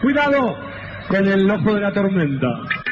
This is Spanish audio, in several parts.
Cuidado con el ojo de la tormenta.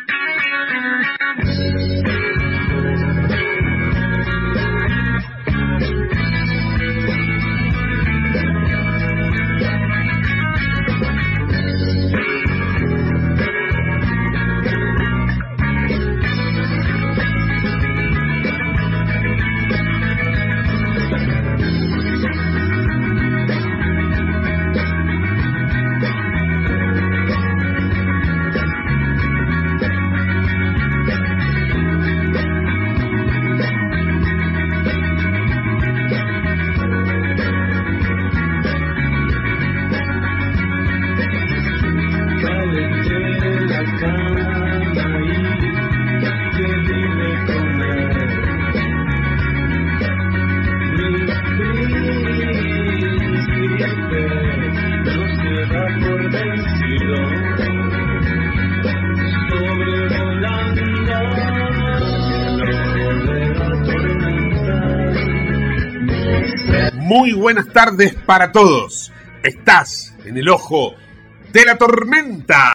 Muy buenas tardes para todos. Estás en el ojo de la tormenta.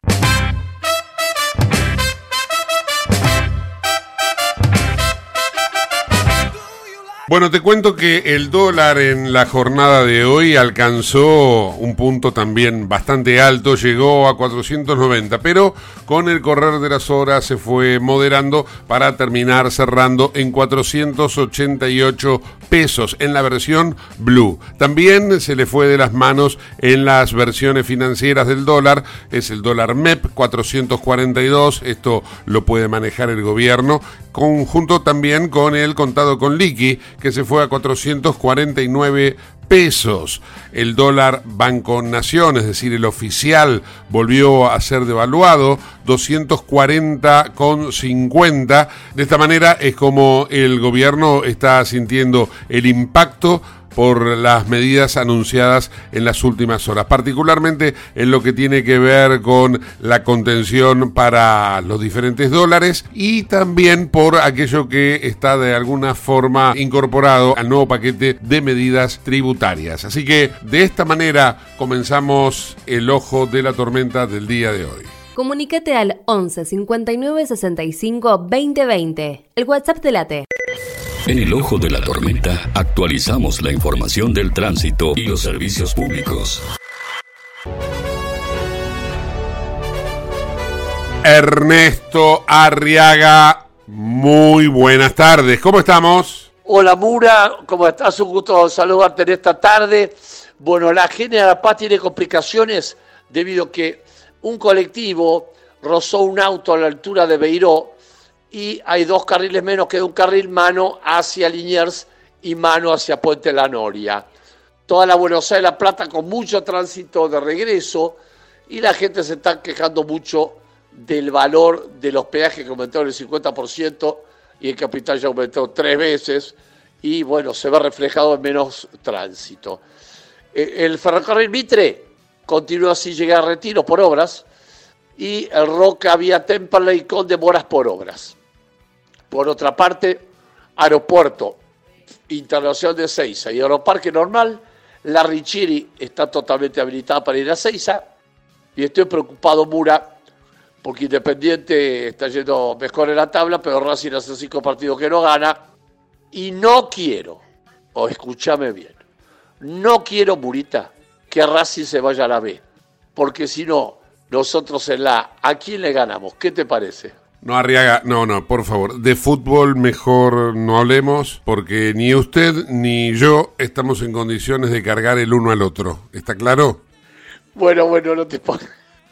Bueno, te cuento que el dólar en la jornada de hoy alcanzó un punto también bastante alto, llegó a 490, pero con el correr de las horas se fue moderando para terminar cerrando en 488 pesos en la versión Blue. También se le fue de las manos en las versiones financieras del dólar, es el dólar MEP 442, esto lo puede manejar el gobierno, conjunto también con el contado con liqui, que se fue a 449 pesos. El dólar Banco Nación, es decir, el oficial, volvió a ser devaluado, 240,50. De esta manera es como el gobierno está sintiendo el impacto por las medidas anunciadas en las últimas horas, particularmente en lo que tiene que ver con la contención para los diferentes dólares y también por aquello que está de alguna forma incorporado al nuevo paquete de medidas tributarias. Así que de esta manera comenzamos el ojo de la tormenta del día de hoy. Comunícate al 11 59 65 20 20, el WhatsApp de la T. En el ojo de la tormenta actualizamos la información del tránsito y los servicios públicos. Ernesto Arriaga, muy buenas tardes. ¿Cómo estamos? Hola Mura, ¿cómo estás? Un gusto saludarte en esta tarde. Bueno, la General Paz tiene complicaciones debido a que un colectivo rozó un auto a la altura de Beiró y hay dos carriles menos, queda un carril mano hacia Liniers y mano hacia Puente La Noria. Toda la Buenos Aires, La Plata con mucho tránsito de regreso y la gente se está quejando mucho del valor de los peajes que aumentaron el 50% y el capital ya aumentó 3 veces y bueno, se ve reflejado en menos tránsito. El ferrocarril Mitre continúa sin llegar a Retiro por obras y el Roca vía Temperley con demoras por obras. Por otra parte, Aeropuerto Internacional de Ezeiza y Aeroparque Normal, la Riccieri está totalmente habilitada para ir a Ezeiza y estoy preocupado, Mura, porque Independiente está yendo mejor en la tabla, pero Racing hace 5 partidos que no gana y no quiero, o escúchame bien, no quiero, Murita, que Racing se vaya a la B, porque si no, nosotros en la A, ¿a quién le ganamos? ¿Qué te parece? No, Arriaga, no, por favor, de fútbol mejor no hablemos, porque ni usted ni yo estamos en condiciones de cargar el uno al otro, ¿está claro? Bueno, no te pongas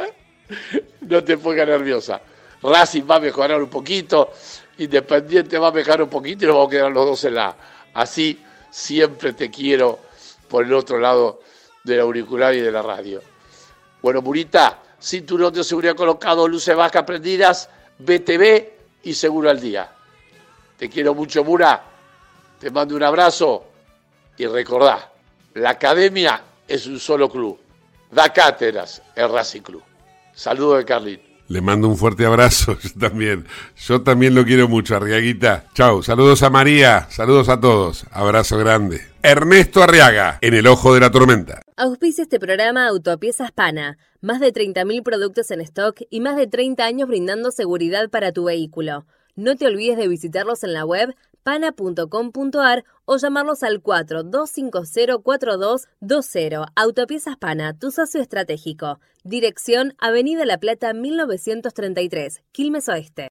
nerviosa. Racing va a mejorar un poquito, Independiente va a mejorar un poquito y nos vamos a quedar los dos en la A. Así siempre te quiero por el otro lado del auricular y de la radio. Bueno, Murita, cinturón de seguridad colocado, luces bajas prendidas, BTV y seguro al día. Te quiero mucho, Mura. Te mando un abrazo y recordá, la academia es un solo club. Da cátedras el Racing Club. Saludos de Carlín. Le mando un fuerte abrazo, yo también lo quiero mucho, Arriaguita. Chau, saludos a María, saludos a todos, abrazo grande. Ernesto Arriaga, en el ojo de la tormenta. Auspicia este programa Autopiezas Pana, más de 30.000 productos en stock y más de 30 años brindando seguridad para tu vehículo. No te olvides de visitarlos en la web pana.com.ar o llamarlos al 4250-4220. Autopiezas Pana, tu socio estratégico. Dirección Avenida La Plata 1933, Quilmes Oeste.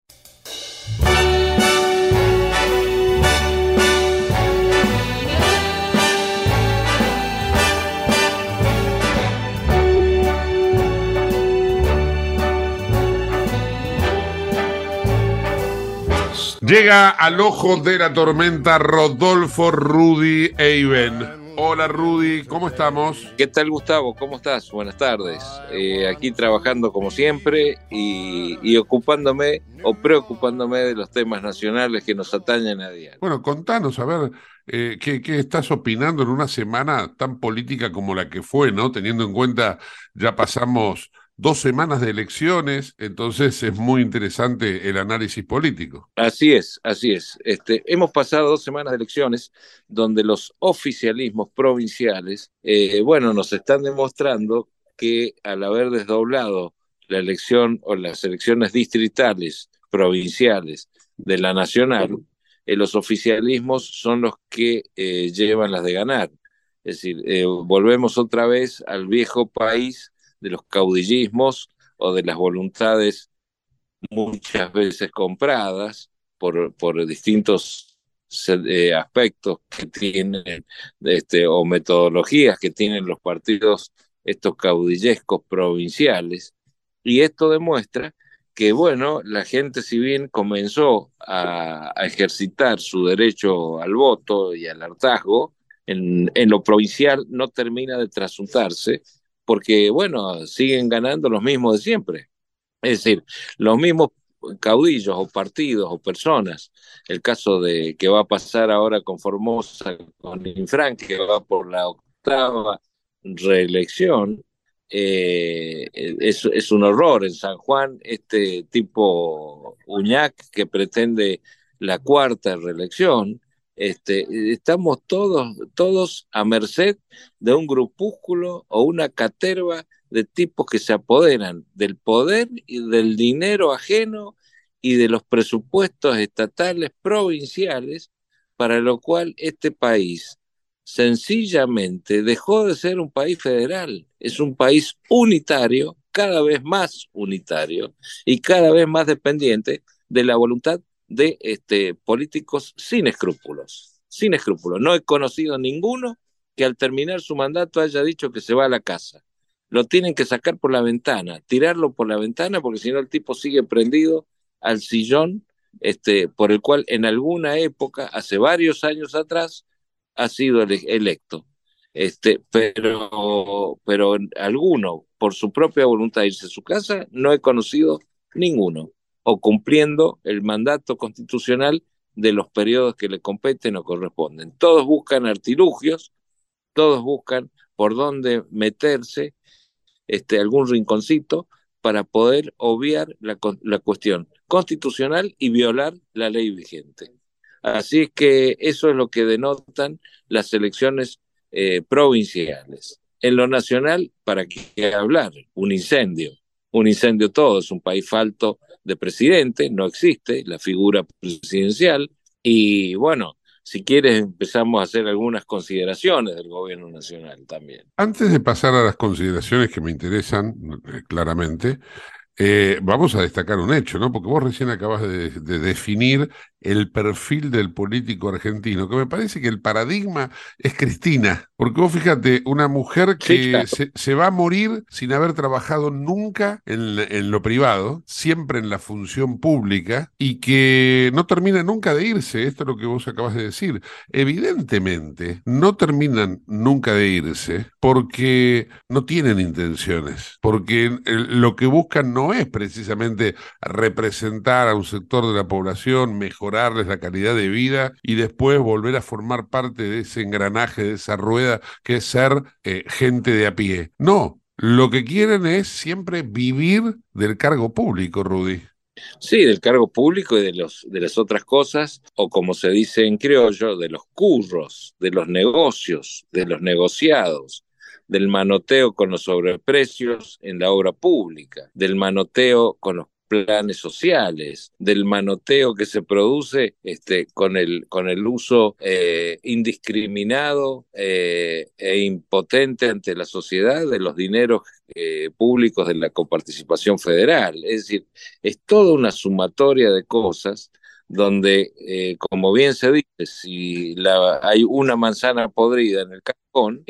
Llega al ojo de la tormenta Rodolfo Rudy Eiben. Hola Rudy, ¿cómo estamos? ¿Qué tal, Gustavo? ¿Cómo estás? Buenas tardes. Aquí trabajando como siempre y ocupándome o preocupándome de los temas nacionales que nos atañen a diario. Bueno, contanos, a ver, ¿qué estás opinando en una semana tan política como la que fue, ¿no? Teniendo en cuenta, ya pasamos 2 semanas de elecciones, entonces es muy interesante el análisis político. Así es, así es. Hemos pasado 2 semanas de elecciones donde los oficialismos provinciales, nos están demostrando que al haber desdoblado la elección o las elecciones distritales, provinciales de la nacional, los oficialismos son los que llevan las de ganar. Es decir, volvemos otra vez al viejo país de los caudillismos o de las voluntades muchas veces compradas por distintos aspectos que tienen o metodologías que tienen los partidos estos caudillescos provinciales, y esto demuestra que, bueno, la gente, si bien comenzó a ejercitar su derecho al voto y al hartazgo, en lo provincial no termina de trasuntarse, porque, bueno, siguen ganando los mismos de siempre. Es decir, los mismos caudillos o partidos o personas. El caso de que va a pasar ahora con Formosa, con Infran, que va por la 8ª reelección, es un horror. En San Juan, este tipo Uñac, que pretende la 4ª reelección, estamos todos a merced de un grupúsculo o una caterva de tipos que se apoderan del poder y del dinero ajeno y de los presupuestos estatales provinciales, para lo cual este país sencillamente dejó de ser un país federal. Es un país unitario, cada vez más unitario y cada vez más dependiente de la voluntad de políticos sin escrúpulos. Sin escrúpulos. No he conocido ninguno que al terminar su mandato haya dicho que se va a la casa. Lo tienen que sacar por la ventana, tirarlo por la ventana, porque si no el tipo sigue prendido al sillón por el cual en alguna época, hace varios años atrás, ha sido electo. Pero alguno, por su propia voluntad de irse a su casa, no he conocido ninguno, o cumpliendo el mandato constitucional de los periodos que le competen o corresponden. Todos buscan artilugios, todos buscan por dónde meterse, algún rinconcito para poder obviar la cuestión constitucional y violar la ley vigente. Así es que eso es lo que denotan las elecciones provinciales. En lo nacional, ¿para qué hablar? Un incendio todo. Es un país falto de presidente, no existe la figura presidencial, y bueno, si quieres empezamos a hacer algunas consideraciones del gobierno nacional también. Antes de pasar a las consideraciones que me interesan, claramente, vamos a destacar un hecho, ¿no? Porque vos recién acabas de definir el perfil del político argentino, que me parece que el paradigma es Cristina, porque vos fíjate, una mujer que Sí, claro. se va a morir sin haber trabajado nunca en lo privado, siempre en la función pública, y que no termina nunca de irse. Esto es lo que vos acabas de decir. Evidentemente, no terminan nunca de irse porque no tienen intenciones, porque lo que buscan no es precisamente representar a un sector de la población, mejorarles la calidad de vida y después volver a formar parte de ese engranaje, de esa rueda que es ser gente de a pie. No. lo que quieren es siempre vivir del cargo público, Rudy. Sí, del cargo público y de las otras cosas, o como se dice en criollo, de los curros, de los negocios, de los negociados, del manoteo con los sobreprecios en la obra pública, del manoteo con los planes sociales, del manoteo que se produce con el uso indiscriminado e impotente ante la sociedad de los dineros públicos de la coparticipación federal. Es decir, es toda una sumatoria de cosas donde, como bien se dice, si hay una manzana podrida en el cajón,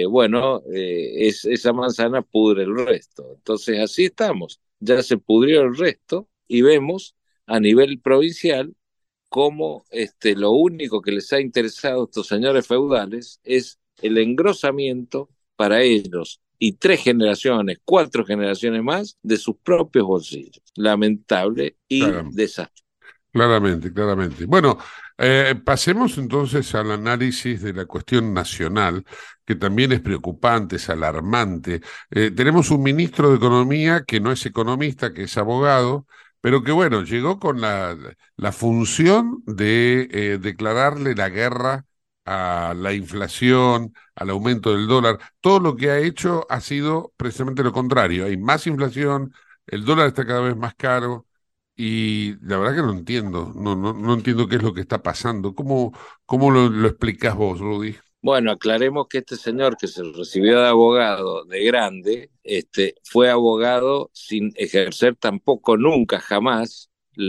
esa manzana pudre el resto. Entonces así estamos, ya se pudrió el resto y vemos a nivel provincial cómo lo único que les ha interesado a estos señores feudales es el engrosamiento para ellos y 3 generaciones, 4 generaciones más de sus propios bolsillos. Lamentable y desastre. Claramente, claramente. Bueno, pasemos entonces al análisis de la cuestión nacional, que también es preocupante, es alarmante. Tenemos un ministro de Economía que no es economista, que es abogado, pero que bueno, llegó con la función de declararle la guerra a la inflación, al aumento del dólar. Todo lo que ha hecho ha sido precisamente lo contrario. Hay más inflación, el dólar está cada vez más caro. Y la verdad que no entiendo, no entiendo qué es lo que está pasando. ¿Cómo lo explicás vos, Rudy? Bueno, aclaremos que este señor que se recibió de abogado de grande, fue abogado sin ejercer tampoco nunca jamás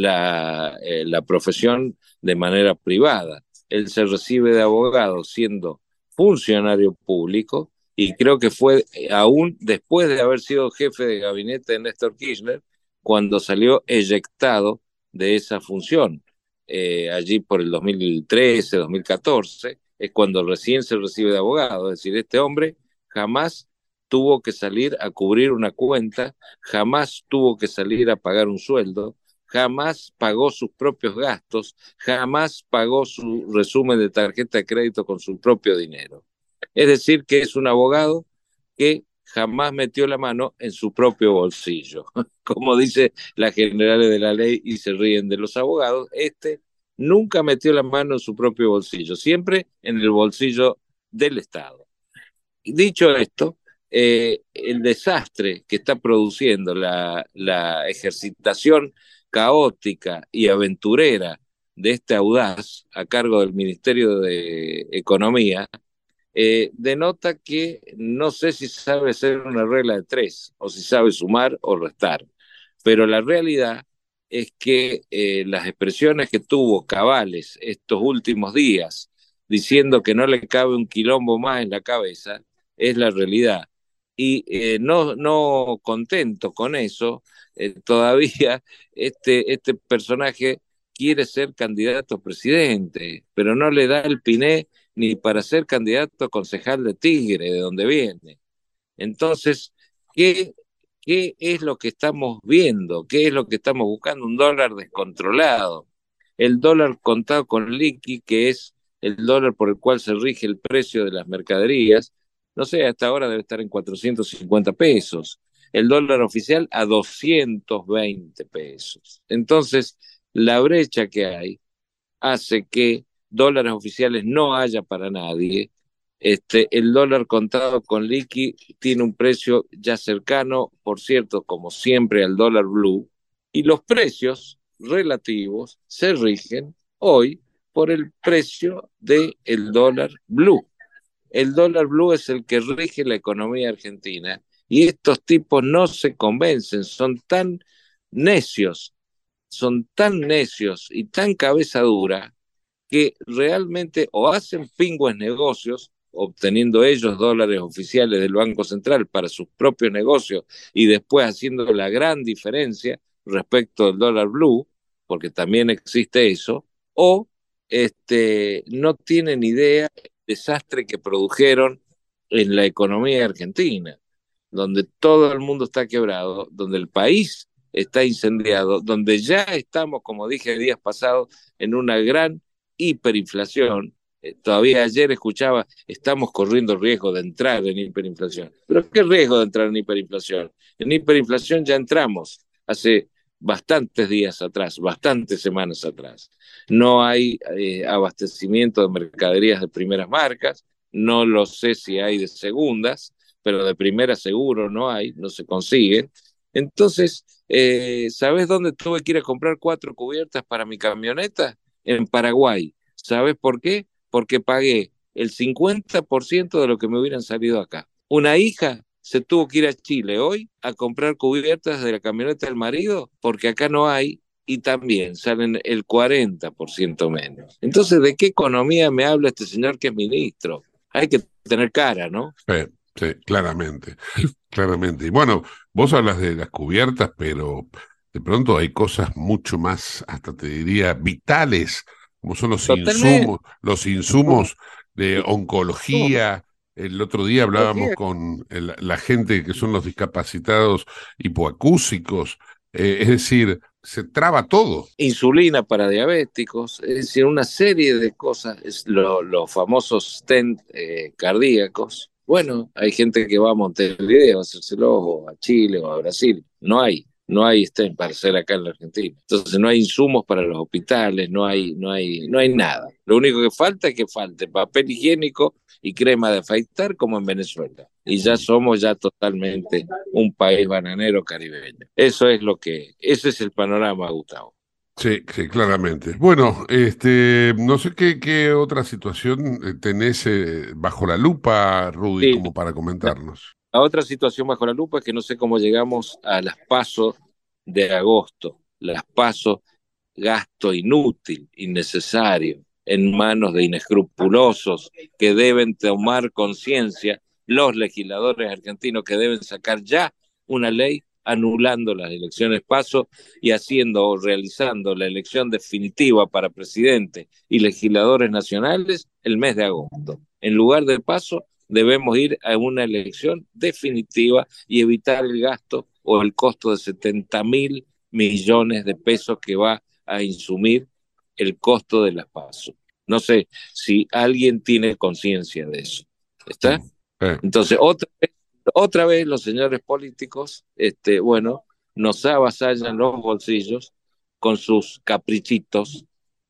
la profesión de manera privada. Él se recibe de abogado siendo funcionario público y creo que fue aún después de haber sido jefe de gabinete de Néstor Kirchner cuando salió eyectado de esa función. Allí por el 2013, 2014, es cuando recién se recibe de abogado. Es decir, este hombre jamás tuvo que salir a cubrir una cuenta, jamás tuvo que salir a pagar un sueldo, jamás pagó sus propios gastos, jamás pagó su resumen de tarjeta de crédito con su propio dinero. Es decir, que es un abogado que jamás metió la mano en su propio bolsillo. Como dice la generales de la ley y se ríen de los abogados, nunca metió la mano en su propio bolsillo, siempre en el bolsillo del Estado. Dicho esto, el desastre que está produciendo la ejercitación caótica y aventurera de este audaz a cargo del Ministerio de Economía, denota que no sé si sabe hacer una regla de 3 o si sabe sumar o restar, pero la realidad es que las expresiones que tuvo Cabales estos últimos días diciendo que no le cabe un quilombo más en la cabeza es la realidad. Y no contento con eso, todavía este personaje quiere ser candidato a presidente, pero no le da el piné ni para ser candidato a concejal de Tigre, de donde viene. Entonces, ¿qué es lo que estamos viendo? ¿Qué es lo que estamos buscando? Un dólar descontrolado. El dólar contado con liqui, que es el dólar por el cual se rige el precio de las mercaderías, no sé, hasta ahora debe estar en 450 pesos. El dólar oficial a 220 pesos. Entonces, la brecha que hay hace que dólares oficiales no haya para nadie. El dólar contado con liqui tiene un precio ya cercano, por cierto, como siempre, al dólar blue, y los precios relativos se rigen hoy por el precio del dólar blue. El dólar blue es el que rige la economía argentina y estos tipos no se convencen, son tan necios y tan cabeza dura que realmente o hacen pingües negocios, obteniendo ellos dólares oficiales del Banco Central para sus propios negocios y después haciendo la gran diferencia respecto al dólar blue, porque también existe eso, o no tienen idea del desastre que produjeron en la economía argentina, donde todo el mundo está quebrado, donde el país está incendiado, donde ya estamos, como dije días pasados, en una gran hiperinflación, Todavía ayer escuchaba, estamos corriendo riesgo de entrar en hiperinflación. ¿Pero qué riesgo de entrar en hiperinflación? En hiperinflación ya entramos hace bastantes días atrás, bastantes semanas atrás. No hay abastecimiento de mercaderías de primeras marcas, no lo sé si hay de segundas, pero de primera seguro no hay, no se consiguen. Entonces, ¿sabes dónde tuve que ir a comprar 4 cubiertas para mi camioneta? En Paraguay. ¿Sabes por qué? Porque pagué el 50% de lo que me hubieran salido acá. Una hija se tuvo que ir a Chile hoy a comprar cubiertas de la camioneta del marido porque acá no hay y también salen el 40% menos. Entonces, ¿de qué economía me habla este señor que es ministro? Hay que tener cara, ¿no? Sí, claramente, claramente. Y bueno, vos hablas de las cubiertas, pero de pronto hay cosas mucho más, hasta te diría, vitales, como son Totalmente. los insumos de oncología. El otro día hablábamos con la gente que son los discapacitados hipoacúsicos, es decir, se traba todo. Insulina para diabéticos, es decir, una serie de cosas, los famosos stent cardíacos. Bueno, hay gente que va a Montevideo a hacérselo, o a Chile, o a Brasil. No hay stent para hacer acá en la Argentina. Entonces no hay insumos para los hospitales, no hay nada. Lo único que falta es que falte papel higiénico y crema de afeitar como en Venezuela. Y ya somos totalmente un país bananero caribeño. Ese es el panorama, Gustavo. Sí, sí, claramente. Bueno, no sé qué otra situación tenés bajo la lupa, Rudy, Sí, como para comentarnos. la otra situación bajo la lupa es que no sé cómo llegamos a las PASO de agosto. Las PASO, gasto inútil, innecesario, en manos de inescrupulosos que deben tomar conciencia, los legisladores argentinos que deben sacar ya una ley anulando las elecciones PASO y haciendo o realizando la elección definitiva para presidente y legisladores nacionales el mes de agosto. En lugar de PASO, debemos ir a una elección definitiva y evitar el gasto o el costo de 70.000 millones de pesos que va a insumir el costo de las PASO. No sé si alguien tiene conciencia de eso. ¿Está? Entonces, otra vez los señores políticos, nos avasallan los bolsillos con sus caprichitos,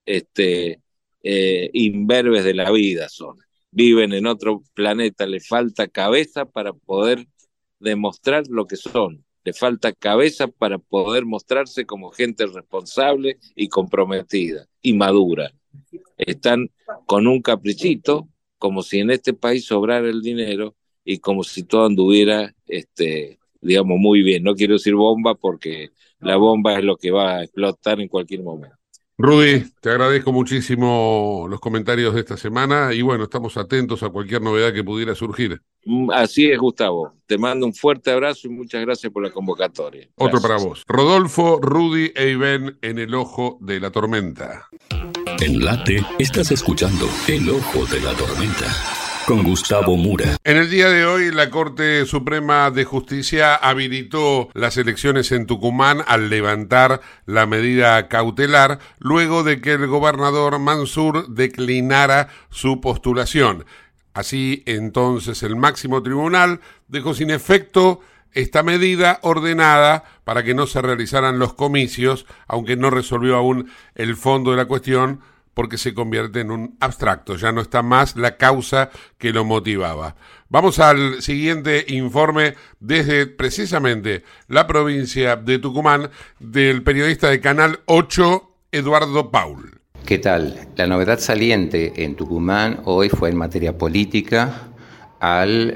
imberbes de la vida son. Viven en otro planeta, les falta cabeza para poder demostrar lo que son. Le falta cabeza para poder mostrarse como gente responsable y comprometida y madura. Están con un caprichito, como si en este país sobrara el dinero y como si todo anduviera, digamos, muy bien. No quiero decir bomba porque la bomba es lo que va a explotar en cualquier momento. Rudy, te agradezco muchísimo los comentarios de esta semana y bueno, estamos atentos a cualquier novedad que pudiera surgir. Así es, Gustavo. Te mando un fuerte abrazo y muchas gracias por la convocatoria. Gracias. Otro para vos. Rodolfo, Rudy e Iván en el ojo de la tormenta. En Late estás escuchando El Ojo de la Tormenta con Gustavo Mura. En el día de hoy, la Corte Suprema de Justicia habilitó las elecciones en Tucumán al levantar la medida cautelar luego de que el gobernador Mansur declinara su postulación. Así, entonces, el máximo tribunal dejó sin efecto esta medida ordenada para que no se realizaran los comicios, aunque no resolvió aún el fondo de la cuestión, porque se convierte en un abstracto, ya no está más la causa que lo motivaba. Vamos al siguiente informe desde precisamente la provincia de Tucumán del periodista de Canal 8, Eduardo Paul. ¿Qué tal? La novedad saliente en Tucumán hoy fue en materia política al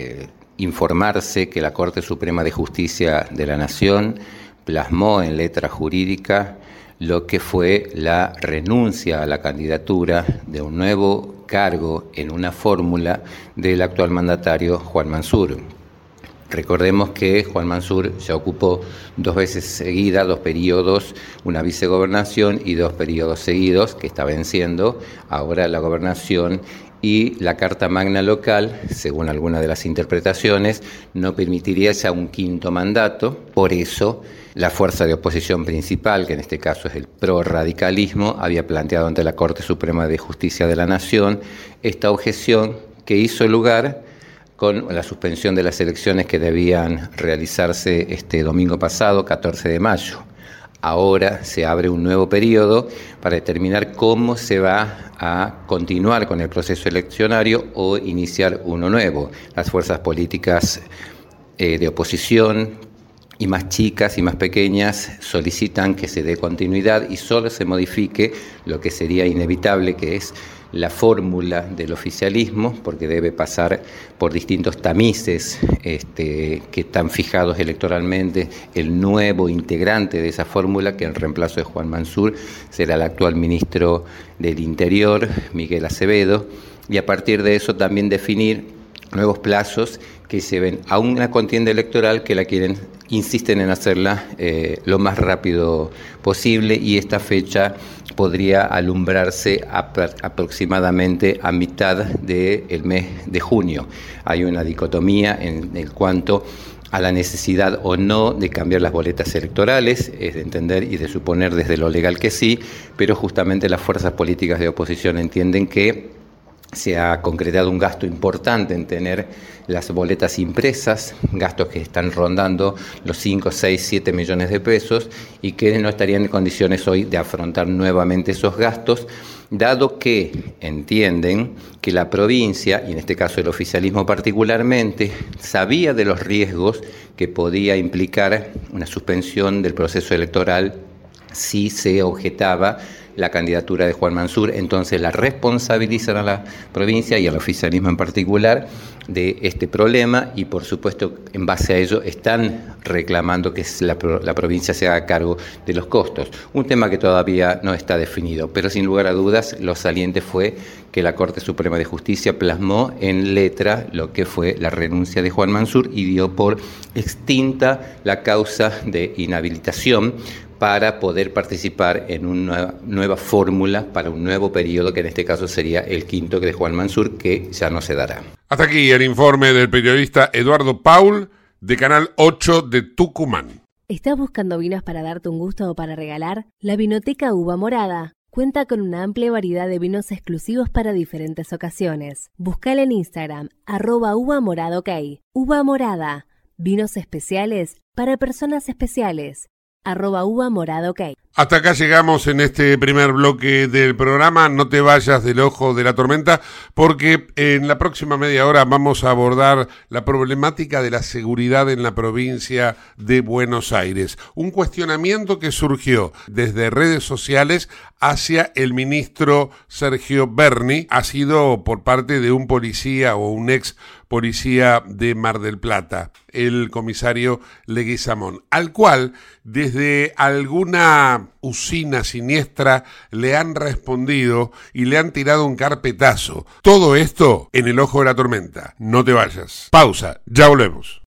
informarse que la Corte Suprema de Justicia de la Nación plasmó en letra jurídica lo que fue la renuncia a la candidatura de un nuevo cargo en una fórmula del actual mandatario Juan Mansur. Recordemos que Juan Mansur ya ocupó 2 veces seguidas, 2 periodos, una vicegobernación y 2 periodos seguidos que está venciendo ahora la gobernación y la Carta Magna local, según algunas de las interpretaciones, no permitiría ya un quinto mandato. Por eso, la fuerza de oposición principal, que en este caso es el prorradicalismo, había planteado ante la Corte Suprema de Justicia de la Nación esta objeción que hizo lugar con la suspensión de las elecciones que debían realizarse este domingo pasado, 14 de mayo. Ahora se abre un nuevo periodo para determinar cómo se va a continuar con el proceso eleccionario o iniciar uno nuevo. Las fuerzas políticas de oposición y más chicas y más pequeñas solicitan que se dé continuidad y solo se modifique lo que sería inevitable, que es la fórmula del oficialismo, porque debe pasar por distintos tamices que están fijados electoralmente. El nuevo integrante de esa fórmula, que en reemplazo de Juan Mansur será el actual ministro del Interior, Miguel Acevedo, y a partir de eso también definir nuevos plazos que lleven a una contienda electoral que insisten en hacerla lo más rápido posible, y esta fecha podría alumbrarse aproximadamente a mitad del mes de junio. Hay una dicotomía en cuanto a la necesidad o no de cambiar las boletas electorales, es de entender y de suponer desde lo legal que sí, pero justamente las fuerzas políticas de oposición entienden que se ha concretado un gasto importante en tener las boletas impresas, gastos que están rondando los 5, 6, 7 millones de pesos y que no estarían en condiciones hoy de afrontar nuevamente esos gastos, dado que entienden que la provincia, y en este caso el oficialismo particularmente, sabía de los riesgos que podía implicar una suspensión del proceso electoral si se objetaba la candidatura de Juan Mansur. Entonces la responsabilizan a la provincia y al oficialismo en particular de este problema y por supuesto en base a ello están reclamando que la provincia se haga cargo de los costos. Un tema que todavía no está definido, pero sin lugar a dudas lo saliente fue que la Corte Suprema de Justicia plasmó en letra lo que fue la renuncia de Juan Mansur y dio por extinta la causa de inhabilitación para poder participar en una nueva fórmula para un nuevo periodo, que en este caso sería el quinto de Juan Mansur, que ya no se dará. Hasta aquí el informe del periodista Eduardo Paul, de Canal 8 de Tucumán. ¿Estás buscando vinos para darte un gusto o para regalar? La Vinoteca Uva Morada cuenta con una amplia variedad de vinos exclusivos para diferentes ocasiones. Búscala en Instagram, @uvamoradok. Uva Morada, vinos especiales para personas especiales. @uvamoradok. Hasta acá llegamos en este primer bloque del programa. No te vayas del ojo de la tormenta, porque en la próxima media hora vamos a abordar la problemática de la seguridad en la provincia de Buenos Aires. Un cuestionamiento que surgió desde redes sociales hacia el ministro Sergio Berni. Ha sido por parte de un policía o un ex policía de Mar del Plata, el comisario Leguizamón, al cual desde alguna usina siniestra le han respondido y le han tirado un carpetazo. Todo esto en el ojo de la tormenta. No te vayas. Pausa, ya volvemos.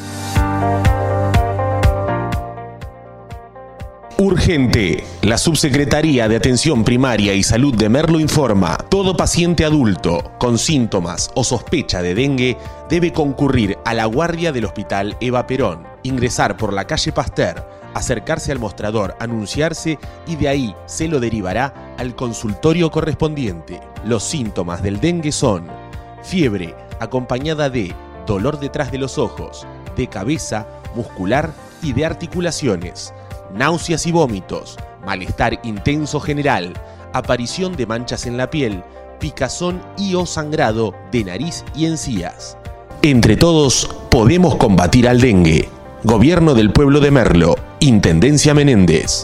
Urgente. La Subsecretaría de Atención Primaria y Salud de Merlo informa: todo paciente adulto con síntomas o sospecha de dengue debe concurrir a la guardia del Hospital Eva Perón, ingresar por la calle Pasteur, acercarse al mostrador, anunciarse y de ahí se lo derivará al consultorio correspondiente. Los síntomas del dengue son fiebre acompañada de dolor detrás de los ojos, de cabeza, muscular y de articulaciones, náuseas y vómitos, malestar intenso general, aparición de manchas en la piel, picazón y o sangrado de nariz y encías. Entre todos podemos combatir al dengue. Gobierno del Pueblo de Merlo, Intendencia Menéndez.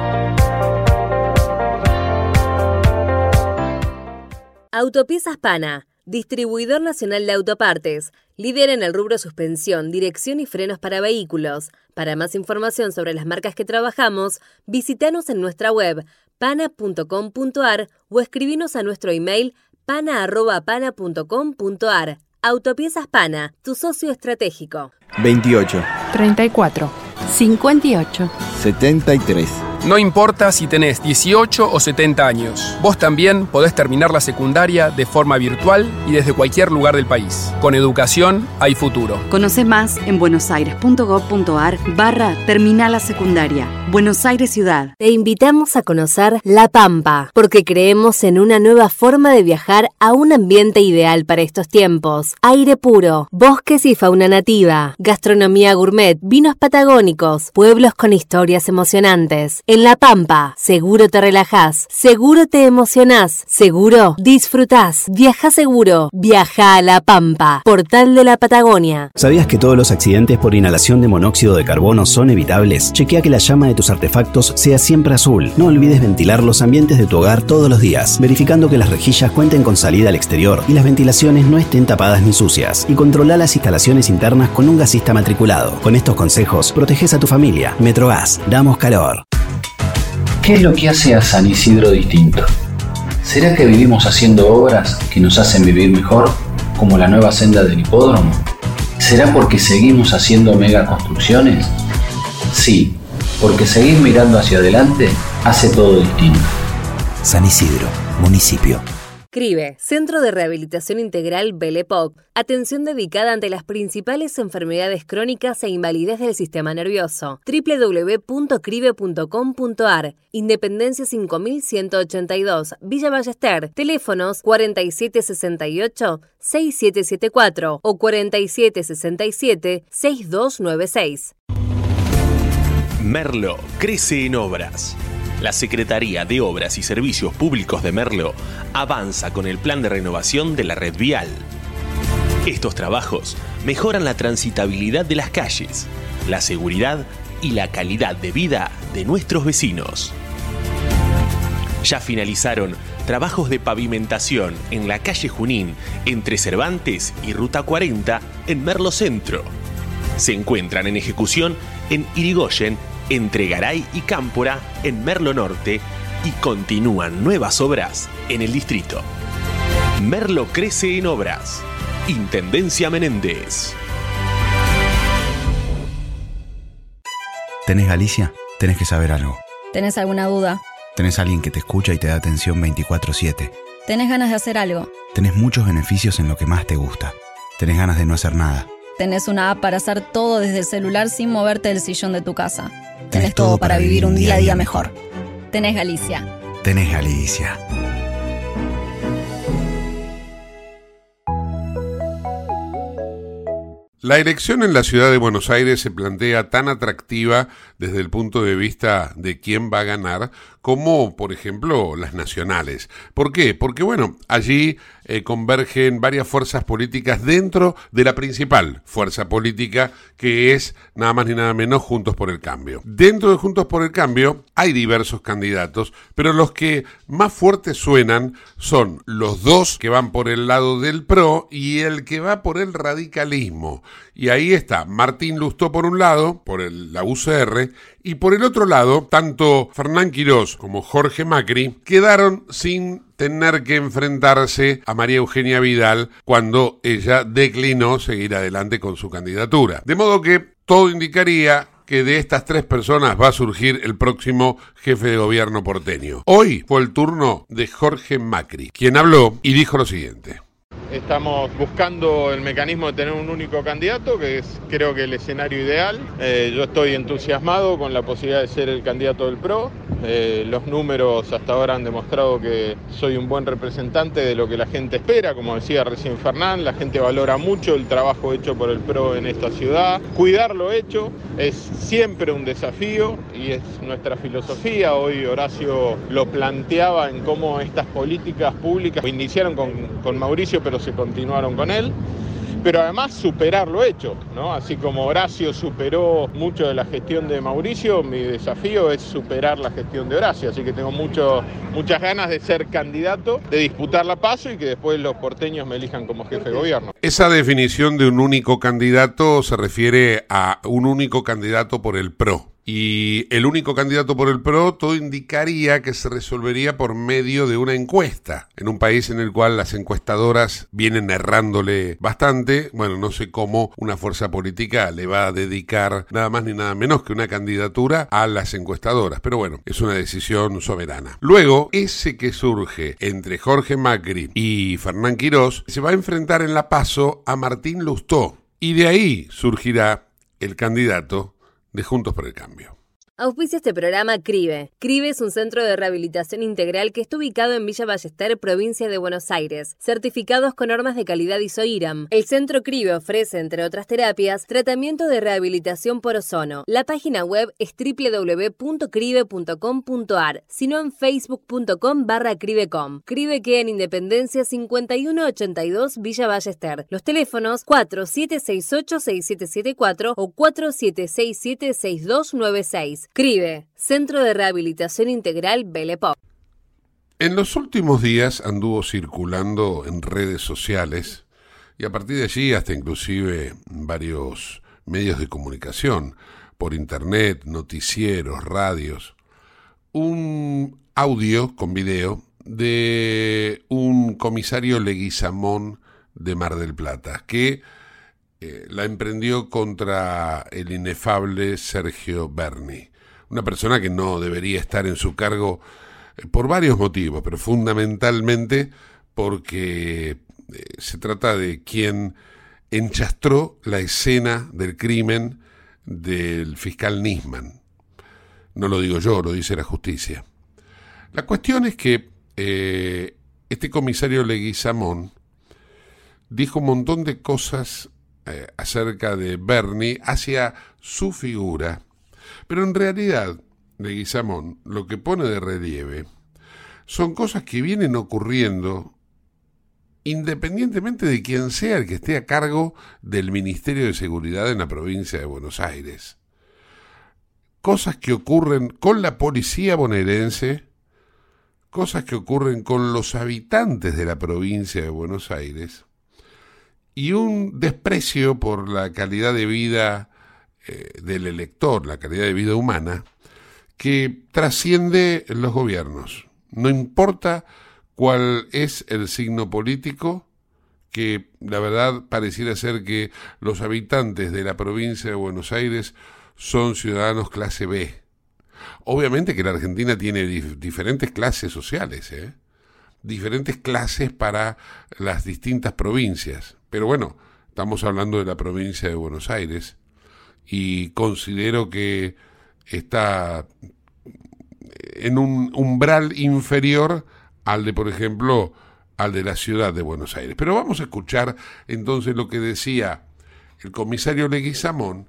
Autopiezas Pana, distribuidor nacional de autopartes, líder en el rubro suspensión, dirección y frenos para vehículos. Para más información sobre las marcas que trabajamos, visítanos en nuestra web pana.com.ar o escribinos a nuestro email pana@pana.com.ar. Autopiezas Pana, tu socio estratégico. 28, 34, 58, 73, No importa si tenés 18 o 70 años, vos también podés terminar la secundaria de forma virtual y desde cualquier lugar del país. Con educación hay futuro. Conoce más en buenosaires.gov.ar/terminal la secundaria. Buenos Aires Ciudad. Te invitamos a conocer La Pampa, porque creemos en una nueva forma de viajar a un ambiente ideal para estos tiempos. Aire puro, bosques y fauna nativa, gastronomía gourmet, vinos patagónicos, pueblos con historias emocionantes. En La Pampa, seguro te relajás, seguro te emocionás, seguro disfrutás. Viaja seguro, viaja a La Pampa, portal de la Patagonia. ¿Sabías que todos los accidentes por inhalación de monóxido de carbono son evitables? Chequea que la llama de tus artefactos sea siempre azul. No olvides ventilar los ambientes de tu hogar todos los días, verificando que las rejillas cuenten con salida al exterior y las ventilaciones no estén tapadas ni sucias. Y controla las instalaciones internas con un gasista matriculado. Con estos consejos, proteges a tu familia. Metrogas, damos calor. ¿Qué es lo que hace a San Isidro distinto? ¿Será que vivimos haciendo obras que nos hacen vivir mejor, como la nueva senda del hipódromo? ¿Será porque seguimos haciendo megaconstrucciones? Sí, porque seguir mirando hacia adelante hace todo distinto. San Isidro, municipio. CRIBE, Centro de Rehabilitación Integral Belle-Époque. Atención dedicada ante las principales enfermedades crónicas e invalidez del sistema nervioso. www.cribe.com.ar. Independencia 5182, Villa Ballester. Teléfonos 4768-6774 o 4767-6296. Merlo crece en obras. La Secretaría de Obras y Servicios Públicos de Merlo avanza con el plan de renovación de la red vial. Estos trabajos mejoran la transitabilidad de las calles, la seguridad y la calidad de vida de nuestros vecinos. Ya finalizaron trabajos de pavimentación en la calle Junín, entre Cervantes y Ruta 40 en Merlo Centro. Se encuentran en ejecución en Irigoyen, entre Garay y Cámpora en Merlo Norte, y continúan nuevas obras en el distrito. Merlo crece en obras. Intendencia Menéndez. ¿Tenés Galicia? Tenés que saber algo. ¿Tenés alguna duda? Tenés alguien que te escucha y te da atención 24/7. ¿Tenés ganas de hacer algo? Tenés muchos beneficios en lo que más te gusta. Tenés ganas de no hacer nada. Tenés una app para hacer todo desde el celular sin moverte del sillón de tu casa. Tenés todo para vivir un día a día mejor. Tenés Galicia. Tenés Galicia. La elección en la ciudad de Buenos Aires se plantea tan atractiva desde el punto de vista de quién va a ganar como, por ejemplo, las nacionales. ¿Por qué? Porque, bueno, allí convergen varias fuerzas políticas dentro de la principal fuerza política, que es nada más ni nada menos Juntos por el Cambio. Dentro de Juntos por el Cambio hay diversos candidatos, pero los que más fuertes suenan son los dos que van por el lado del PRO y el que va por el radicalismo. Y ahí está Martín Lustó por un lado, por la UCR, y por el otro lado, tanto Fernán Quirós como Jorge Macri quedaron sin tener que enfrentarse a María Eugenia Vidal cuando ella declinó seguir adelante con su candidatura. De modo que todo indicaría que de estas tres personas va a surgir el próximo jefe de gobierno porteño. Hoy fue el turno de Jorge Macri, quien habló y dijo lo siguiente. Estamos buscando el mecanismo de tener un único candidato, que es, creo que, el escenario ideal. Yo estoy entusiasmado con la posibilidad de ser el candidato del PRO. Los números hasta ahora han demostrado que soy un buen representante de lo que la gente espera. Como decía recién Fernán, la gente valora mucho el trabajo hecho por el PRO en esta ciudad. Cuidar lo hecho es siempre un desafío y es nuestra filosofía. Hoy Horacio lo planteaba en cómo estas políticas públicas iniciaron con Mauricio, pero se continuaron con él, pero además superar lo hecho, ¿no? Así como Horacio superó mucho de la gestión de Mauricio, mi desafío es superar la gestión de Horacio, así que tengo muchas ganas de ser candidato, de disputar la PASO y que después los porteños me elijan como jefe de gobierno. Esa definición de un único candidato se refiere a un único candidato por el PRO. y el único candidato por el PRO, todo indicaría que se resolvería por medio de una encuesta, en un país en el cual las encuestadoras vienen errándole bastante. Bueno, no sé cómo una fuerza política le va a dedicar nada más ni nada menos que una candidatura a las encuestadoras, pero bueno, es una decisión soberana. Luego, ese que surge entre Jorge Macri y Fernán Quirós se va a enfrentar en la PASO a Martín Lustó, y de ahí surgirá el candidato de Juntos por el Cambio. Auspicia este programa CRIBE. CRIBE es un centro de rehabilitación integral que está ubicado en Villa Ballester, provincia de Buenos Aires, certificados con normas de calidad ISO-IRAM. El centro CRIBE ofrece, entre otras terapias, tratamiento de rehabilitación por ozono. La página web es www.cribe.com.ar, sino en facebook.com/cribecom. CRIBE queda en Independencia 5182 Villa Ballester. Los teléfonos 4768-6774 o 4767-6296. CRIBE, Centro de Rehabilitación Integral Belle Époque. En los últimos días anduvo circulando en redes sociales y a partir de allí hasta inclusive varios medios de comunicación, por internet, noticieros, radios, un audio con video de un comisario Leguizamón de Mar del Plata que la emprendió contra el inefable Sergio Berni, una persona que no debería estar en su cargo por varios motivos, pero fundamentalmente porque se trata de quien enchastró la escena del crimen del fiscal Nisman. No lo digo yo, lo dice la justicia. La cuestión es que este comisario Leguizamón dijo un montón de cosas acerca de Berni hacia su figura, pero en realidad Leguizamón lo que pone de relieve son cosas que vienen ocurriendo independientemente de quién sea el que esté a cargo del Ministerio de Seguridad en la provincia de Buenos Aires. Cosas que ocurren con la policía bonaerense, cosas que ocurren con los habitantes de la provincia de Buenos Aires, y un desprecio por la calidad de vida del elector, la calidad de vida humana, que trasciende los gobiernos. No importa cuál es el signo político, que la verdad pareciera ser que los habitantes de la provincia de Buenos Aires son ciudadanos clase B. Obviamente que la Argentina tiene diferentes clases sociales, diferentes clases para las distintas provincias. Pero bueno, estamos hablando de la provincia de Buenos Aires y considero que está en un umbral inferior al de, por ejemplo, al de la ciudad de Buenos Aires. Pero vamos a escuchar entonces lo que decía el comisario Leguizamón,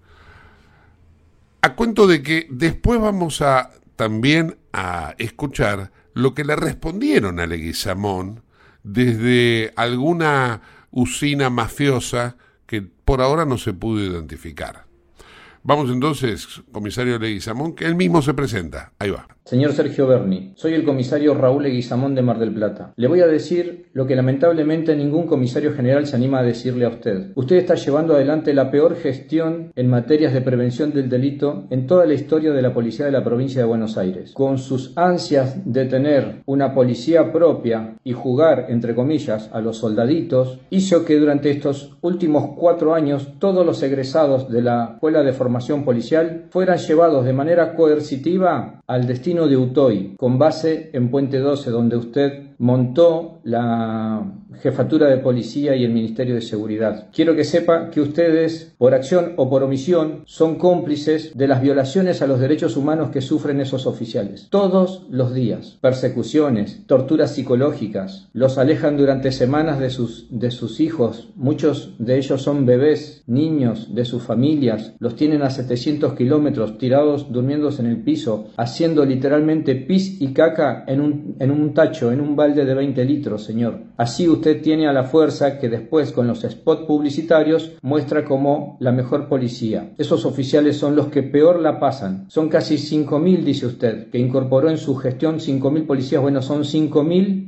a cuento de que después vamos a también a escuchar lo que le respondieron a Leguizamón desde alguna usina mafiosa que por ahora no se pudo identificar. Vamos entonces, comisario Leguizamón, que él mismo se presenta. Ahí va. Señor Sergio Berni, soy el comisario Raúl Leguizamón de Mar del Plata. Le voy a decir lo que lamentablemente ningún comisario general se anima a decirle a usted. Usted está llevando adelante la peor gestión en materias de prevención del delito en toda la historia de la policía de la provincia de Buenos Aires. Con sus ansias de tener una policía propia y jugar, entre comillas, a los soldaditos, hizo que durante estos últimos 4 años todos los egresados de la Escuela de Formación Policial fueran llevados de manera coercitiva al destino de Utoy, con base en Puente 12, donde usted montó la Jefatura de Policía y el Ministerio de Seguridad. Quiero que sepa que ustedes, por acción o por omisión, son cómplices de las violaciones a los derechos humanos que sufren esos oficiales. Todos los días, persecuciones, torturas psicológicas, los alejan durante semanas de sus hijos, muchos de ellos son bebés, niños de sus familias, los tienen a 700 kilómetros tirados, durmiéndose en el piso, haciendo literalmente pis y caca en un tacho, en un balde de 20 litros, señor. Así usted tiene a la fuerza que después con los spots publicitarios muestra como la mejor policía. Esos oficiales son los que peor la pasan. Son casi 5.000, dice usted, que incorporó en su gestión 5.000 policías. Bueno, son 5.000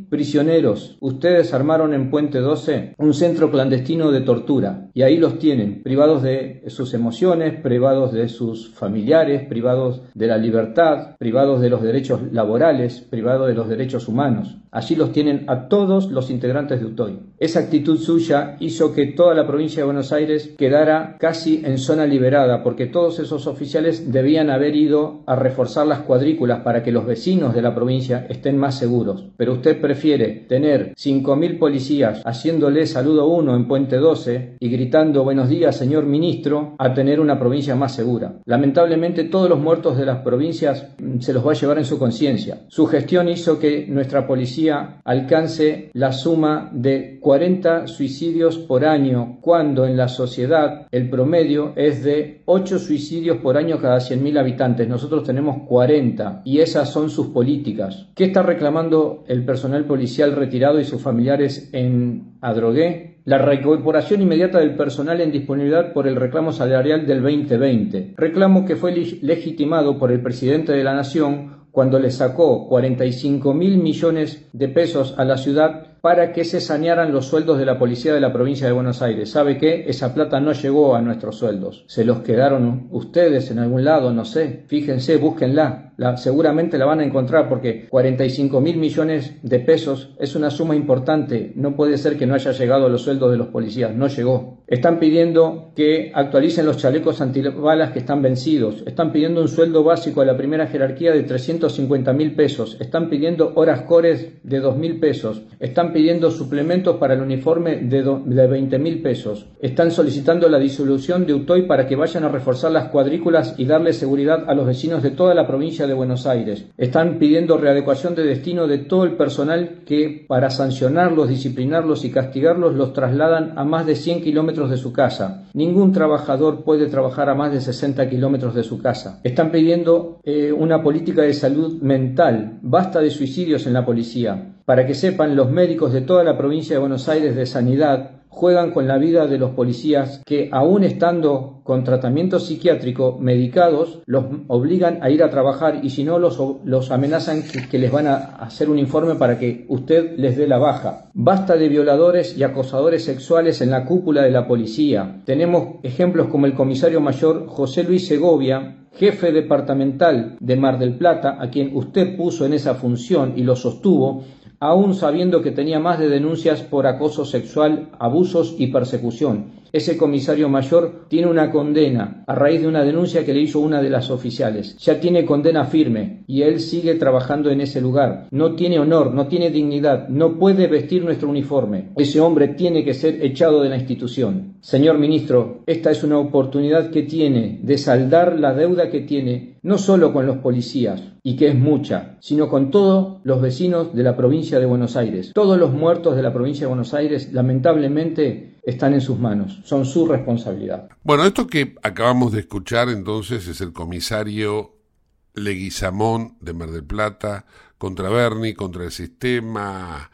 prisioneros. Ustedes armaron en Puente 12 un centro clandestino de tortura y ahí los tienen, privados de sus emociones, privados de sus familiares, privados de la libertad, privados de los derechos laborales, privados de los derechos humanos. Allí los tienen a todos los integrantes de UTOY. Esa actitud suya hizo que toda la provincia de Buenos Aires quedara casi en zona liberada, porque todos esos oficiales debían haber ido a reforzar las cuadrículas para que los vecinos de la provincia estén más seguros. Pero usted prefiere tener 5.000 policías haciéndole saludo 1 en Puente 12 y gritando buenos días señor ministro, a tener una provincia más segura. Lamentablemente todos los muertos de las provincias se los va a llevar en su conciencia. Su gestión hizo que nuestra policía alcance la suma de 40 suicidios por año, cuando en la sociedad el promedio es de 8 suicidios por año cada 100.000 habitantes. Nosotros tenemos 40 y esas son sus políticas. ¿Qué está reclamando el personal policial retirado y sus familiares en Adrogué? La reincorporación inmediata del personal en disponibilidad por el reclamo salarial del 2020. Reclamo que fue legitimado por el presidente de la Nación cuando le sacó 45.000 millones de pesos a la ciudad para que se sanearan los sueldos de la policía de la provincia de Buenos Aires. ¿Sabe qué? Esa plata no llegó a nuestros sueldos. Se los quedaron ustedes en algún lado, no sé. Fíjense, búsquenla. Seguramente la van a encontrar porque 45.000 millones de pesos es una suma importante. No puede ser que no haya llegado a los sueldos de los policías. No llegó. Están pidiendo que actualicen los chalecos antibalas que están vencidos. Están pidiendo un sueldo básico a la primera jerarquía de 350.000 pesos. Están pidiendo horas cores de 2.000 pesos. Están pidiendo suplementos para el uniforme de 20.000 pesos. Están solicitando la disolución de UTOY para que vayan a reforzar las cuadrículas y darle seguridad a los vecinos de toda la provincia de Buenos Aires. Están pidiendo readecuación de destino de todo el personal que, para sancionarlos, disciplinarlos y castigarlos, los trasladan a más de 100 kilómetros de su casa. Ningún trabajador puede trabajar a más de 60 kilómetros de su casa. Están pidiendo una política de salud mental. Basta de suicidios en la policía. Para que sepan, los médicos de toda la provincia de Buenos Aires de Sanidad juegan con la vida de los policías que, aún estando con tratamiento psiquiátrico medicados, los obligan a ir a trabajar y si no los amenazan que les van a hacer un informe para que usted les dé la baja. Basta de violadores y acosadores sexuales en la cúpula de la policía. Tenemos ejemplos como el comisario mayor José Luis Segovia, jefe departamental de Mar del Plata, a quien usted puso en esa función y lo sostuvo, aún sabiendo que tenía más de denuncias por acoso sexual, abusos y persecución. Ese comisario mayor tiene una condena a raíz de una denuncia que le hizo una de las oficiales. Ya tiene condena firme y él sigue trabajando en ese lugar. No tiene honor, no tiene dignidad, no puede vestir nuestro uniforme. Ese hombre tiene que ser echado de la institución. Señor ministro, esta es una oportunidad que tiene de saldar la deuda que tiene, no solo con los policías, y que es mucha, sino con todos los vecinos de la provincia de Buenos Aires. Todos los muertos de la provincia de Buenos Aires, lamentablemente, están en sus manos, son su responsabilidad. Bueno, esto que acabamos de escuchar entonces es el comisario Leguizamón de Mar del Plata contra Berni, contra el sistema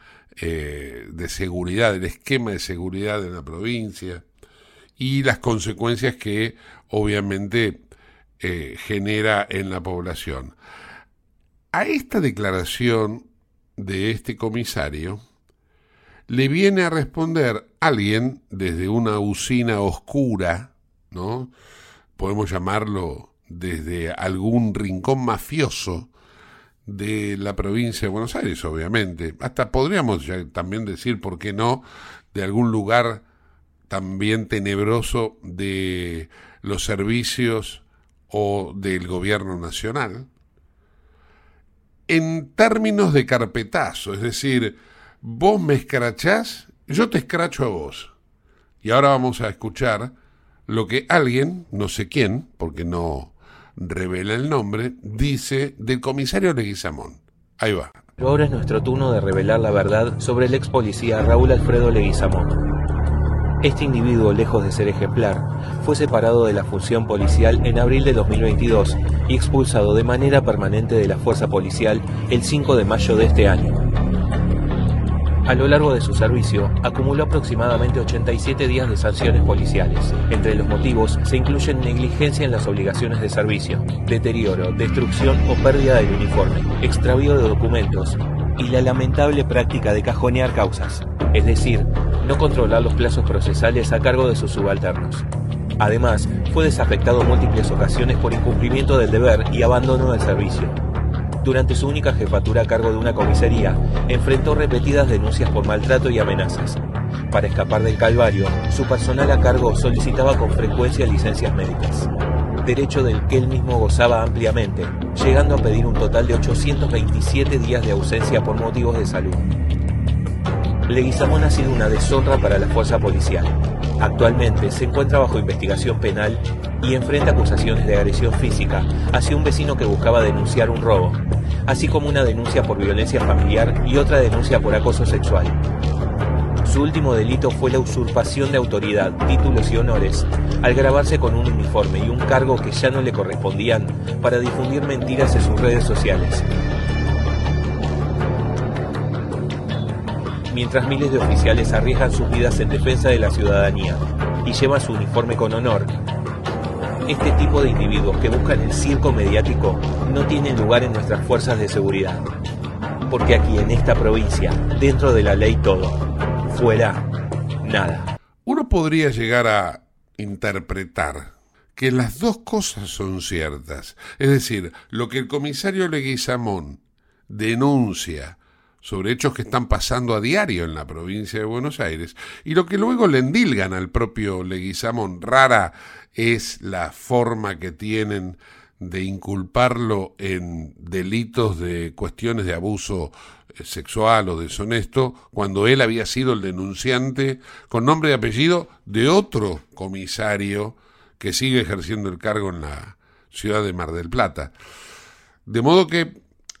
de seguridad, el esquema de seguridad en la provincia y las consecuencias que obviamente genera en la población. A esta declaración de este comisario le viene a responder alguien desde una usina oscura, ¿no? Podemos llamarlo desde algún rincón mafioso de la provincia de Buenos Aires, obviamente. Hasta podríamos ya también decir, ¿por qué no?, de algún lugar también tenebroso de los servicios o del gobierno nacional. En términos de carpetazo, es decir, vos me escrachás, yo te escracho a vos. Y ahora vamos a escuchar lo que alguien, no sé quién, porque no revela el nombre, dice del comisario Leguizamón. Ahí va. Pero ahora es nuestro turno de revelar la verdad sobre el ex policía Raúl Alfredo Leguizamón. Este individuo, lejos de ser ejemplar, fue separado de la función policial en abril de 2022 y expulsado de manera permanente de la fuerza policial el 5 de mayo de este año. A lo largo de su servicio, acumuló aproximadamente 87 días de sanciones policiales. Entre los motivos se incluyen negligencia en las obligaciones de servicio, deterioro, destrucción o pérdida del uniforme, extravío de documentos, y la lamentable práctica de cajonear causas, es decir, no controlar los plazos procesales a cargo de sus subalternos. Además, fue desafectado en múltiples ocasiones por incumplimiento del deber y abandono del servicio. Durante su única jefatura a cargo de una comisaría, enfrentó repetidas denuncias por maltrato y amenazas. Para escapar del calvario, su personal a cargo solicitaba con frecuencia licencias médicas, derecho del que él mismo gozaba ampliamente, llegando a pedir un total de 827 días de ausencia por motivos de salud. Leguizamón ha sido una deshonra para la fuerza policial. Actualmente se encuentra bajo investigación penal y enfrenta acusaciones de agresión física hacia un vecino que buscaba denunciar un robo, así como una denuncia por violencia familiar y otra denuncia por acoso sexual. Su último delito fue la usurpación de autoridad, títulos y honores, al grabarse con un uniforme y un cargo que ya no le correspondían para difundir mentiras en sus redes sociales. Mientras miles de oficiales arriesgan sus vidas en defensa de la ciudadanía y llevan su uniforme con honor, este tipo de individuos que buscan el circo mediático no tienen lugar en nuestras fuerzas de seguridad. Porque aquí en esta provincia, dentro de la ley todo, fuera nada. Uno podría llegar a interpretar que las dos cosas son ciertas. Es decir, lo que el comisario Leguizamón denuncia sobre hechos que están pasando a diario en la provincia de Buenos Aires y lo que luego le endilgan al propio Leguizamón. Rara es la forma que tienen de inculparlo en delitos de cuestiones de abuso sexual o deshonesto, cuando él había sido el denunciante con nombre y apellido de otro comisario que sigue ejerciendo el cargo en la ciudad de Mar del Plata. De modo que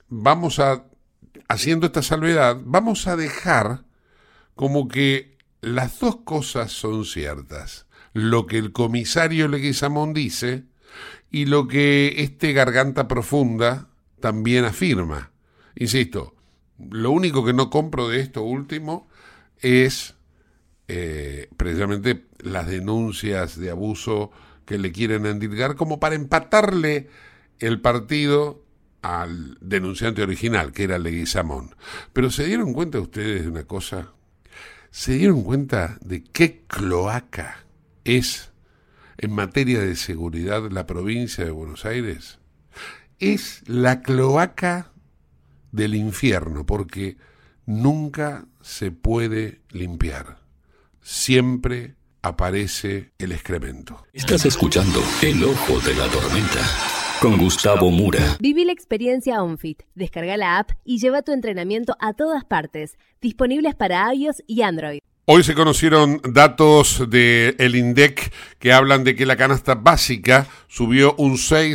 haciendo esta salvedad, vamos a dejar como que las dos cosas son ciertas. Lo que el comisario Leguizamón dice y lo que este Garganta Profunda también afirma. Insisto, lo único que no compro de esto último es precisamente las denuncias de abuso que le quieren endilgar como para empatarle el partido al denunciante original, que era Leguizamón. Pero ¿se dieron cuenta ustedes de una cosa? ¿Se dieron cuenta de qué cloaca es en materia de seguridad la provincia de Buenos Aires? Es la cloaca del infierno, porque nunca se puede limpiar. Siempre aparece el excremento. Estás escuchando El Ojo de la Tormenta con Gustavo Mura. Viví la experiencia OnFit. Descarga la app y lleva tu entrenamiento a todas partes. Disponibles para iOS y Android. Hoy se conocieron datos del INDEC que hablan de que la canasta básica subió un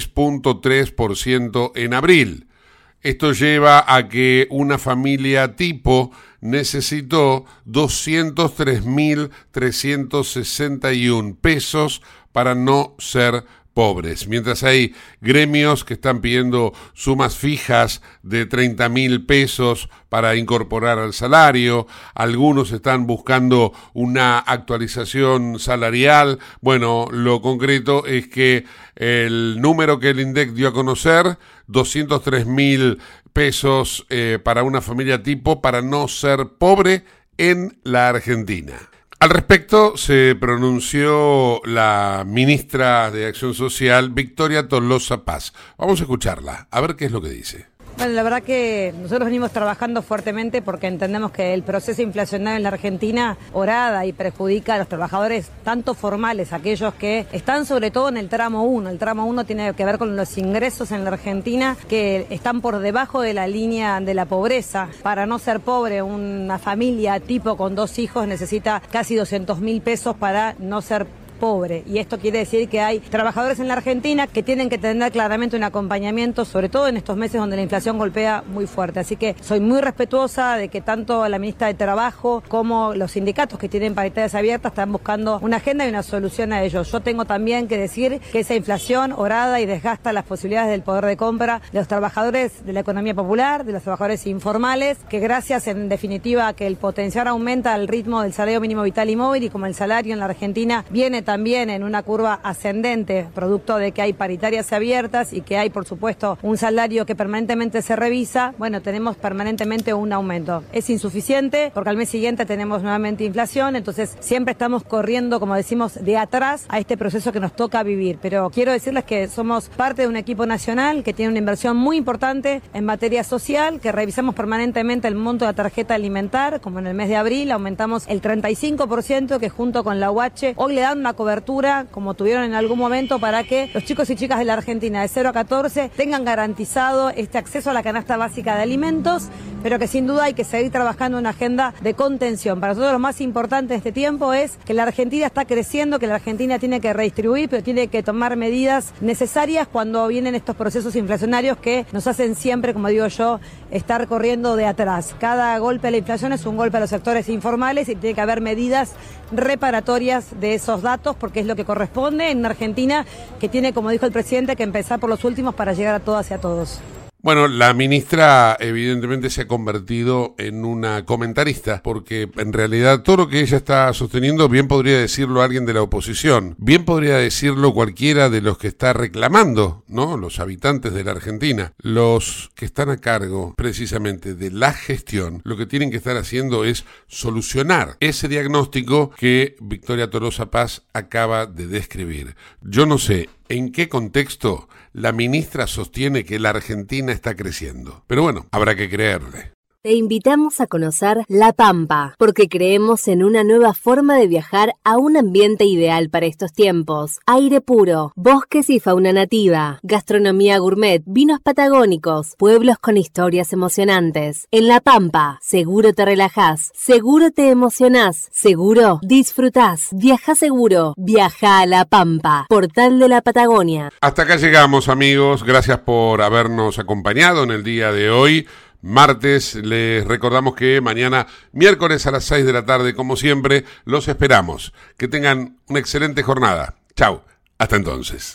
6.3% en abril. Esto lleva a que una familia tipo necesitó 203.361 pesos para no ser pobres, mientras hay gremios que están pidiendo sumas fijas de 30.000 pesos para incorporar al salario, algunos están buscando una actualización salarial. Bueno, lo concreto es que el número que el INDEC dio a conocer, 203.000 pesos para una familia tipo para no ser pobre en la Argentina. Al respecto se pronunció la ministra de Acción Social, Victoria Tolosa Paz. Vamos a escucharla, a ver qué es lo que dice. Bueno, la verdad que nosotros venimos trabajando fuertemente porque entendemos que el proceso inflacionario en la Argentina orada y perjudica a los trabajadores tanto formales, aquellos que están sobre todo en el tramo 1. El tramo 1 tiene que ver con los ingresos en la Argentina que están por debajo de la línea de la pobreza. Para no ser pobre, una familia tipo con 2 hijos necesita casi 200.000 pesos para no ser pobre, y esto quiere decir que hay trabajadores en la Argentina que tienen que tener claramente un acompañamiento, sobre todo en estos meses donde la inflación golpea muy fuerte. Así que soy muy respetuosa de que tanto la ministra de Trabajo como los sindicatos que tienen paritarias abiertas están buscando una agenda y una solución a ello. Yo tengo también que decir que esa inflación orada y desgasta las posibilidades del poder de compra de los trabajadores de la economía popular, de los trabajadores informales, que gracias en definitiva a que el potencial aumenta al ritmo del salario mínimo vital y móvil, y como el salario en la Argentina viene también en una curva ascendente, producto de que hay paritarias abiertas y que hay, por supuesto, un salario que permanentemente se revisa. Bueno, tenemos permanentemente un aumento. Es insuficiente porque al mes siguiente tenemos nuevamente inflación, entonces siempre estamos corriendo, como decimos, de atrás a este proceso que nos toca vivir. Pero quiero decirles que somos parte de un equipo nacional que tiene una inversión muy importante en materia social, que revisamos permanentemente el monto de la tarjeta alimentar, como en el mes de abril aumentamos el 35%, que junto con la UH hoy le dan una cobertura, como tuvieron en algún momento, para que los chicos y chicas de la Argentina de 0 a 14 tengan garantizado este acceso a la canasta básica de alimentos, pero que sin duda hay que seguir trabajando en una agenda de contención. Para nosotros lo más importante de este tiempo es que la Argentina está creciendo, que la Argentina tiene que redistribuir, pero tiene que tomar medidas necesarias cuando vienen estos procesos inflacionarios que nos hacen siempre, como digo yo, estar corriendo de atrás. Cada golpe de la inflación es un golpe a los sectores informales y tiene que haber medidas reparatorias de esos datos, porque es lo que corresponde en una Argentina que tiene, como dijo el presidente, que empezar por los últimos para llegar a todas y a todos. Bueno, la ministra evidentemente se ha convertido en una comentarista, porque en realidad todo lo que ella está sosteniendo bien podría decirlo alguien de la oposición, bien podría decirlo cualquiera de los que está reclamando, ¿no? Los habitantes de la Argentina. Los que están a cargo precisamente de la gestión, lo que tienen que estar haciendo es solucionar ese diagnóstico que Victoria Tolosa Paz acaba de describir. Yo no sé en qué contexto la ministra sostiene que la Argentina está creciendo. Pero bueno, habrá que creerle. Te invitamos a conocer La Pampa, porque creemos en una nueva forma de viajar a un ambiente ideal para estos tiempos. Aire puro, bosques y fauna nativa, gastronomía gourmet, vinos patagónicos, pueblos con historias emocionantes. En La Pampa, seguro te relajás, seguro te emocionás, seguro disfrutás. Viaja seguro, viaja a La Pampa, portal de la Patagonia. Hasta acá llegamos, amigos. Gracias por habernos acompañado en el día de hoy. Martes, les recordamos que mañana, miércoles a las 6 de la tarde, como siempre, los esperamos. Que tengan una excelente jornada. Chau, hasta entonces.